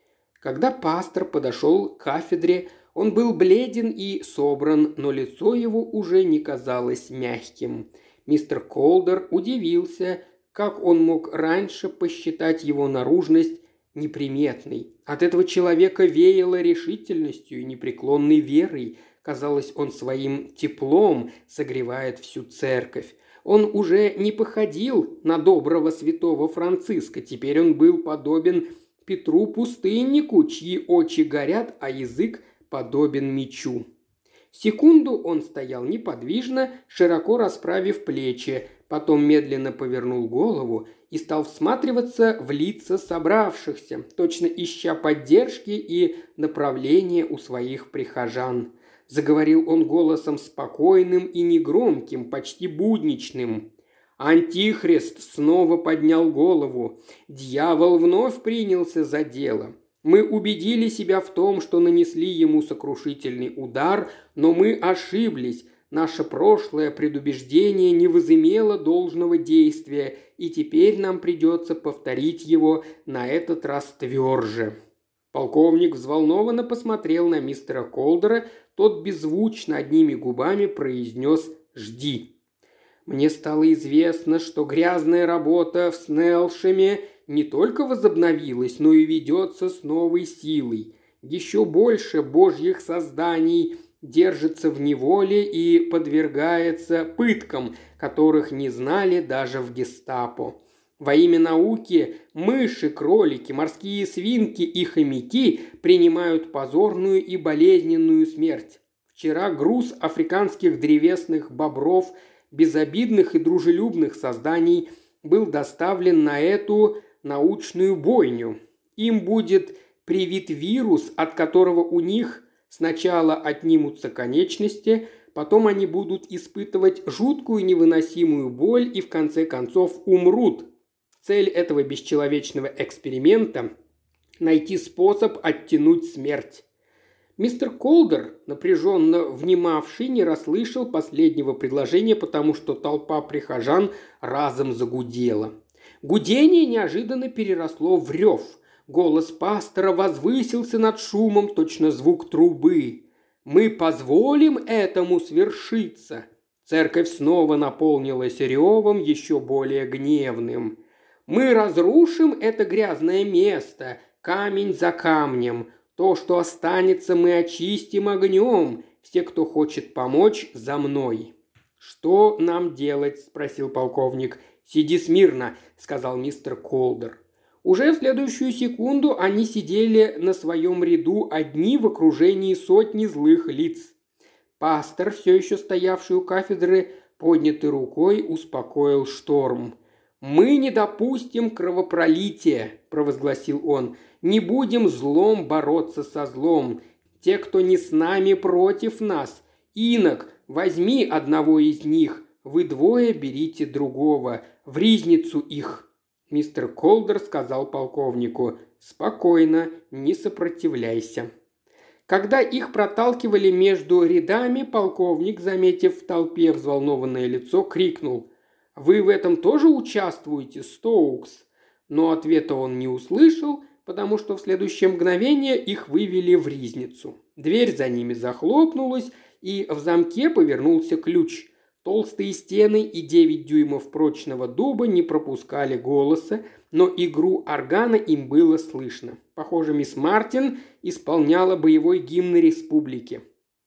Когда пастор подошел к кафедре, он был бледен и собран, но лицо его уже не казалось мягким. Мистер Колдер удивился, как он мог раньше посчитать его наружность неприметной. От этого человека веяло решительностью и непреклонной верой. Казалось, он своим теплом согревает всю церковь. Он уже не походил на доброго святого Франциска, теперь он был подобен Петру-пустыннику, чьи очи горят, а язык подобен мечу. Секунду он стоял неподвижно, широко расправив плечи, потом медленно повернул голову и стал всматриваться в лица собравшихся, точно ища поддержки и направления у своих прихожан. Заговорил он голосом спокойным и негромким, почти будничным. Антихрист снова поднял голову. Дьявол вновь принялся за дело. Мы убедили себя в том, что нанесли ему сокрушительный удар, но мы ошиблись. Наше прошлое предубеждение не возымело должного действия, и теперь нам придется повторить его на этот раз тверже. Полковник взволнованно посмотрел на мистера Колдера, тот беззвучно одними губами произнес «Жди». Мне стало известно, что грязная работа в Снелшеме не только возобновилась, но и ведется с новой силой. Еще больше божьих созданий держится в неволе и подвергается пыткам, которых не знали даже в гестапо. Во имя науки мыши, кролики, морские свинки и хомяки принимают позорную и болезненную смерть. Вчера груз африканских древесных бобров, безобидных и дружелюбных созданий, был доставлен на эту научную бойню. Им будет привит вирус, от которого у них сначала отнимутся конечности, потом они будут испытывать жуткую невыносимую боль и в конце концов умрут. Цель этого бесчеловечного эксперимента – найти способ оттянуть смерть. Мистер Колдер, напряженно внимавший, не расслышал последнего предложения, потому что толпа прихожан разом загудела. Гудение неожиданно переросло в рев. Голос пастора возвысился над шумом, точно звук трубы. «Мы позволим этому свершиться!» Церковь снова наполнилась ревом, еще более гневным. «Мы разрушим это грязное место, камень за камнем. То, что останется, мы очистим огнем. Все, кто хочет помочь, за мной». «Что нам делать?» – спросил полковник. «Сиди смирно», – сказал мистер Колдер. Уже в следующую секунду они сидели на своем ряду одни в окружении сотни злых лиц. Пастор, все еще стоявший у кафедры, поднятой рукой, успокоил шторм. «Мы не допустим кровопролития», – провозгласил он. «Не будем злом бороться со злом. Те, кто не с нами, против нас. Инок, возьми одного из них. Вы двое берите другого. В ризницу их». Мистер Колдер сказал полковнику: «Спокойно, не сопротивляйся». Когда их проталкивали между рядами, полковник, заметив в толпе взволнованное лицо, крикнул: «Вы в этом тоже участвуете, Стоукс?» Но ответа он не услышал, потому что в следующее мгновение их вывели в ризницу. Дверь за ними захлопнулась, и в замке повернулся ключ. Толстые стены и 9 дюймов прочного дуба не пропускали голоса, но игру органа им было слышно. Похоже, мисс Мартин исполняла боевой гимн республики.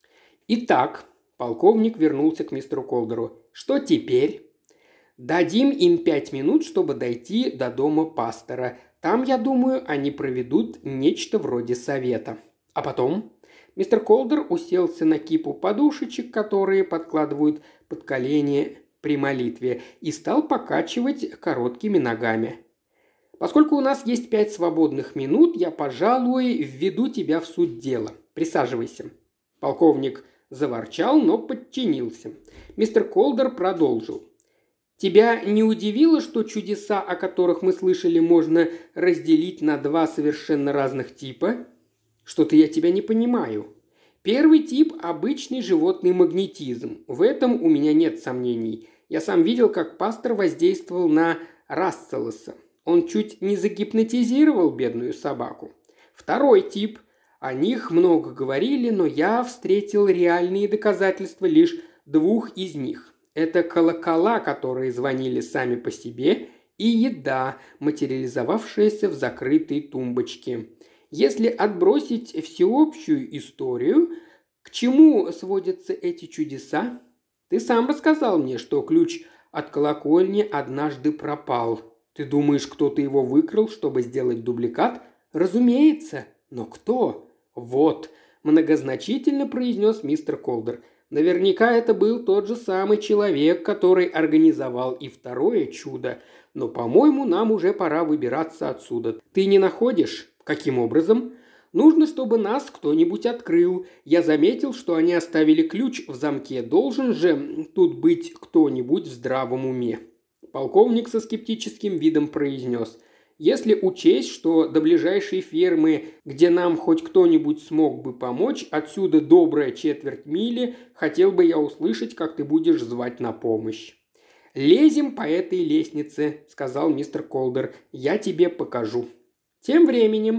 «Итак», – полковник вернулся к мистеру Колдеру, – «что теперь?» «Дадим им 5 минут, чтобы дойти до дома пастора. Там, я думаю, они проведут нечто вроде совета. А потом...» Мистер Колдер уселся на кипу подушечек, которые подкладывают под колени при молитве, и стал покачивать короткими ногами. «Поскольку у нас есть 5 свободных минут, я, пожалуй, введу тебя в суть дела. Присаживайся». Полковник заворчал, но подчинился. Мистер Колдер продолжил. «Тебя не удивило, что чудеса, о которых мы слышали, можно разделить на 2 совершенно разных типа? Что-то я тебя не понимаю. Первый тип – обычный животный магнетизм. В этом у меня нет сомнений. Я сам видел, как пастор воздействовал на Расселоса. Он чуть не загипнотизировал бедную собаку. Второй тип – о них много говорили, но я встретил реальные доказательства лишь 2 из них. Это колокола, которые звонили сами по себе, и еда, материализовавшаяся в закрытой тумбочке. Если отбросить всеобщую историю, к чему сводятся эти чудеса? Ты сам рассказал мне, что ключ от колокольни однажды пропал. Ты думаешь, кто-то его выкрал, чтобы сделать дубликат? Разумеется. Но кто? Вот, многозначительно произнес мистер Колдер. Наверняка это был тот же самый человек, который организовал и второе чудо. Но, по-моему, нам уже пора выбираться отсюда. Ты не находишь? Каким образом? Нужно, чтобы нас кто-нибудь открыл. Я заметил, что они оставили ключ в замке. Должен же тут быть кто-нибудь в здравом уме. Полковник со скептическим видом произнес: «Если учесть, что до ближайшей фермы, где нам хоть кто-нибудь смог бы помочь, отсюда добрая четверть мили, хотел бы я услышать, как ты будешь звать на помощь». «Лезем по этой лестнице», – сказал мистер Колдер. «Я тебе покажу». Тем временем в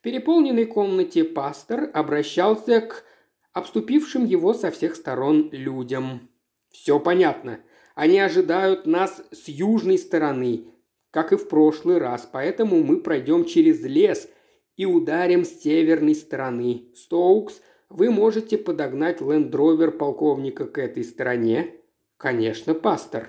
переполненной комнате пастор обращался к обступившим его со всех сторон людям. «Все понятно. Они ожидают нас с южной стороны, как и в прошлый раз, поэтому мы пройдем через лес и ударим с северной стороны. Стоукс, вы можете подогнать лендровер полковника к этой стороне?» «Конечно, пастор».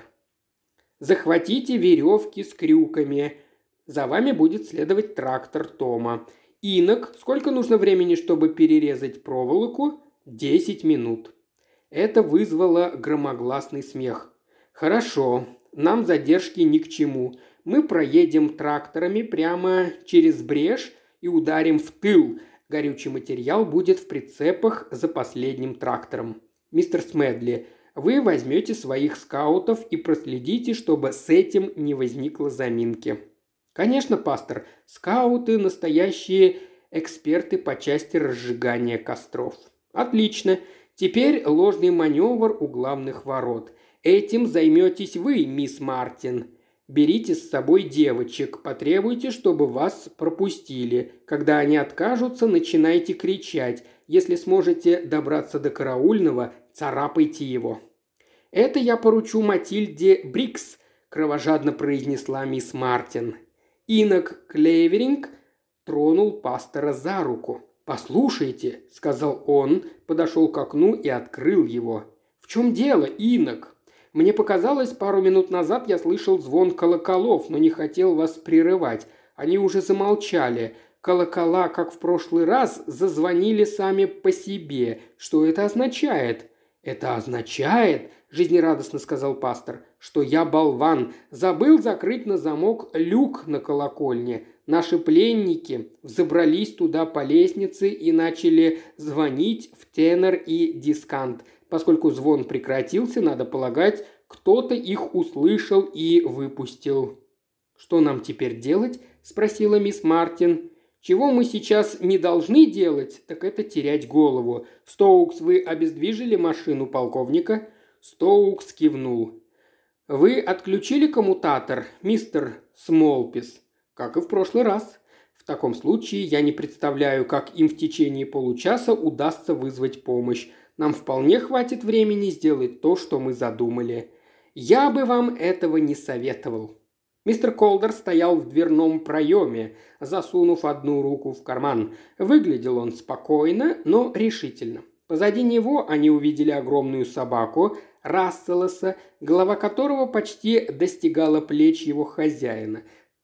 «Захватите веревки с крюками. За вами будет следовать трактор Тома. Инок, сколько нужно времени, чтобы перерезать проволоку?» 10 минут. Это вызвало громогласный смех. «Хорошо, нам задержки ни к чему. Мы проедем тракторами прямо через брешь и ударим в тыл. Горючий материал будет в прицепах за последним трактором. Мистер Смедли, вы возьмете своих скаутов и проследите, чтобы с этим не возникло заминки». «Конечно, пастор, скауты – настоящие эксперты по части разжигания костров». «Отлично. Теперь ложный маневр у главных ворот. Этим займетесь вы, мисс Мартин. Берите с собой девочек, потребуйте, чтобы вас пропустили. Когда они откажутся, начинайте кричать. Если сможете добраться до караульного, царапайте его». «Это я поручу Матильде Брикс», – кровожадно произнесла мисс Мартин. Инок Клеверинг тронул пастора за руку. «Послушайте», – сказал он, подошел к окну и открыл его. «В чем дело, Инок? Мне показалось, пару минут назад я слышал звон колоколов, но не хотел вас прерывать. Они уже замолчали. Колокола, как в прошлый раз, зазвонили сами по себе. Что это означает?» «Это означает», – жизнерадостно сказал пастор, – «что я болван. Забыл закрыть на замок люк на колокольне. Наши пленники взобрались туда по лестнице и начали звонить в тенор и дискант. Поскольку звон прекратился, надо полагать, кто-то их услышал и выпустил». «Что нам теперь делать?» – спросила мисс Мартин. «Чего мы сейчас не должны делать, так это терять голову. Стоукс, вы обездвижили машину полковника?» Стоукс кивнул. «Вы отключили коммутатор, мистер Смолпис?» «Как и в прошлый раз. В таком случае я не представляю, как им в течение получаса удастся вызвать помощь. Нам вполне хватит времени сделать то, что мы задумали. Я бы вам этого не советовал». Мистер Колдер стоял в дверном проеме, засунув одну руку в карман. Выглядел он спокойно, но решительно. Позади него они увидели огромную собаку Расселоса, голова которого почти достигала плеч его хозяина.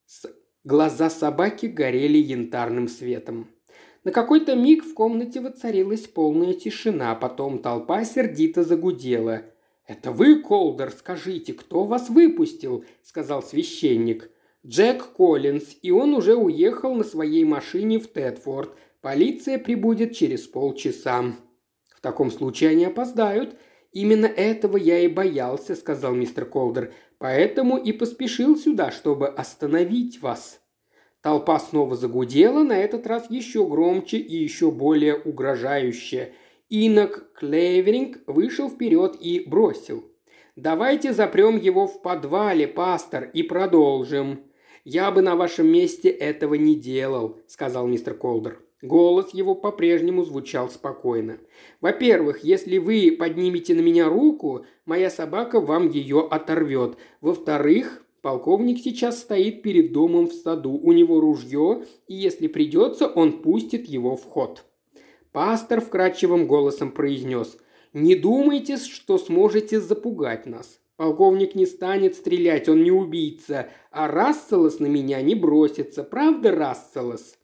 Глаза собаки горели янтарным светом. На какой-то миг в комнате воцарилась полная тишина, потом толпа сердито загудела. «Это вы, Колдер, скажите, кто вас выпустил?» – сказал священник. «Джек Коллинз, и он уже уехал на своей машине в Тетфорд. Полиция прибудет через полчаса». «В таком случае они опоздают». «Именно этого я и боялся», – сказал мистер Колдер. «Поэтому и поспешил сюда, чтобы остановить вас». Толпа снова загудела, на этот раз еще громче и еще более угрожающе. Инок Клеверинг вышел вперед и бросил: «Давайте запрем его в подвале, пастор, и продолжим». «Я бы на вашем месте этого не делал», – сказал мистер Колдер. Голос его по-прежнему звучал спокойно. «Во-первых, если вы поднимете на меня руку, моя собака вам ее оторвет. Во-вторых, полковник сейчас стоит перед домом в саду. У него ружье, и если придется, он пустит его в ход». Пастор вкрадчивым голосом произнес: «Не думайте, что сможете запугать нас. Полковник не станет стрелять, он не убийца, а Расселос на меня не бросится. Правда, Расселос?»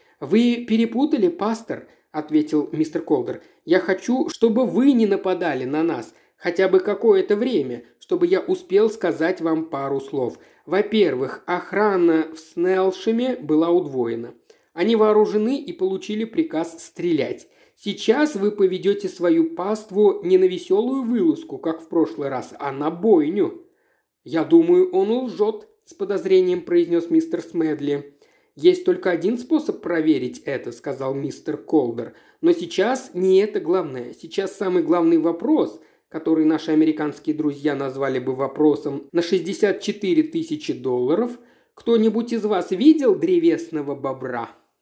«Вы перепутали, пастор», – ответил мистер Колдер. «Я хочу, чтобы вы не нападали на нас, хотя бы какое-то время, чтобы я успел сказать вам пару слов. Во-первых, охрана в Снелшеме была удвоена. Они вооружены и получили приказ стрелять. Сейчас вы поведете свою паству не на веселую вылазку, как в прошлый раз, а на бойню». «Я думаю, он лжет», – с подозрением произнес мистер Смедли. «Есть только один способ проверить это», – сказал мистер Колдер. «Но сейчас не это главное. Сейчас самый главный вопрос, который наши американские друзья назвали бы вопросом на $64 000. Кто-нибудь из вас видел древесного бобра?»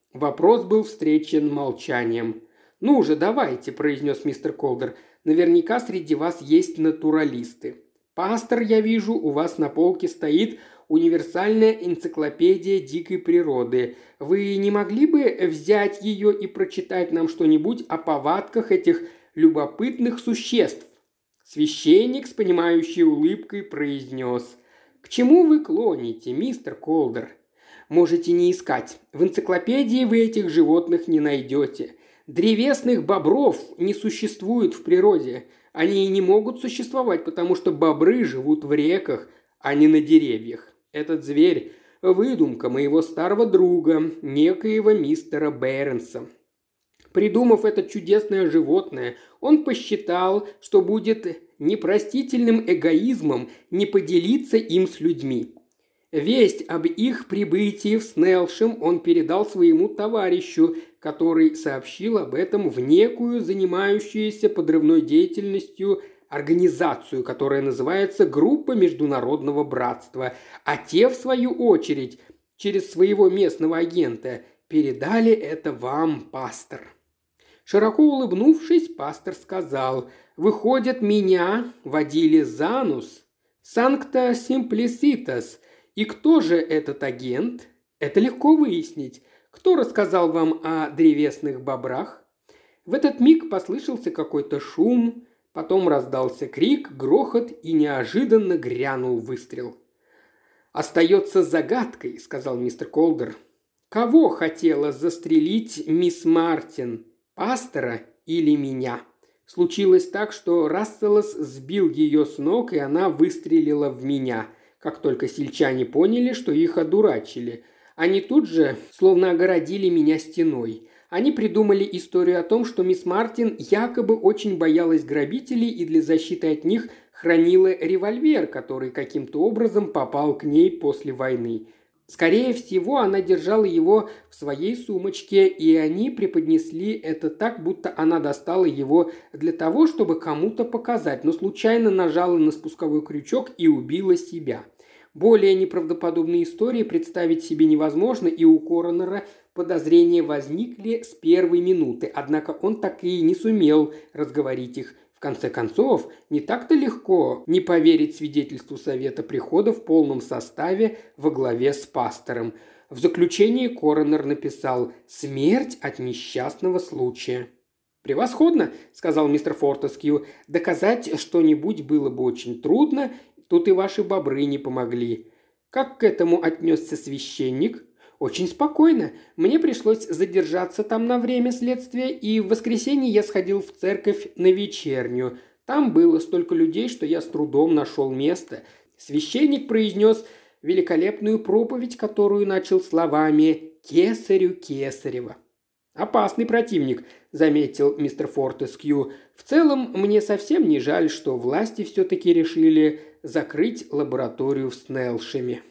Вопрос был встречен молчанием. «Ну же, давайте», – произнес мистер Колдер. «Наверняка среди вас есть натуралисты. Пастор, я вижу, у вас на полке стоит универсальная энциклопедия дикой природы. Вы не могли бы взять ее и прочитать нам что-нибудь о повадках этих любопытных существ?» Священник с понимающей улыбкой произнес: «К чему вы клоните, мистер Колдер? Можете не искать. В энциклопедии вы этих животных не найдете. Древесных бобров не существует в природе. Они и не могут существовать, потому что бобры живут в реках, а не на деревьях. Этот зверь – выдумка моего старого друга, некоего мистера Бернса. Придумав это чудесное животное, он посчитал, что будет непростительным эгоизмом не поделиться им с людьми. Весть об их прибытии в Снелшем он передал своему товарищу, который сообщил об этом в некую занимающуюся подрывной деятельностью организацию, которая называется «Группа международного братства», а те, в свою очередь, через своего местного агента, передали это вам, пастор. Широко улыбнувшись, пастор сказал: «Выходит, меня водили за нос? Санкта симплиситас. И кто же этот агент? Это легко выяснить. Кто рассказал вам о древесных бобрах?» В этот миг послышался какой-то шум, потом раздался крик, грохот и неожиданно грянул выстрел. «Остается загадкой», — сказал мистер Колдер. «Кого хотела застрелить мисс Мартин? Пастора или меня?» Случилось так, что Расселос сбил ее с ног, и она выстрелила в меня, как только сельчане поняли, что их одурачили. Они тут же словно огородили меня стеной. Они придумали историю о том, что мисс Мартин якобы очень боялась грабителей и для защиты от них хранила револьвер, который каким-то образом попал к ней после войны. Скорее всего, она держала его в своей сумочке, и они преподнесли это так, будто она достала его для того, чтобы кому-то показать, но случайно нажала на спусковой крючок и убила себя. Более неправдоподобные истории представить себе невозможно, и у коронера подозрения возникли с первой минуты, однако он так и не сумел разговорить их. В конце концов, не так-то легко не поверить свидетельству совета прихода в полном составе во главе с пастором. В заключении коронер написал «Смерть от несчастного случая». «Превосходно», – сказал мистер Фортескью. «Доказать что-нибудь было бы очень трудно, тут и ваши бобры не помогли». «Как к этому отнесся священник?» «Очень спокойно. Мне пришлось задержаться там на время следствия, и в воскресенье я сходил в церковь на вечерню. Там было столько людей, что я с трудом нашел место. Священник произнес великолепную проповедь, которую начал словами «Кесарю Кесарева». «Опасный противник», – заметил мистер Фортескью. «В целом, мне совсем не жаль, что власти все-таки решили закрыть лабораторию в Снелшеме».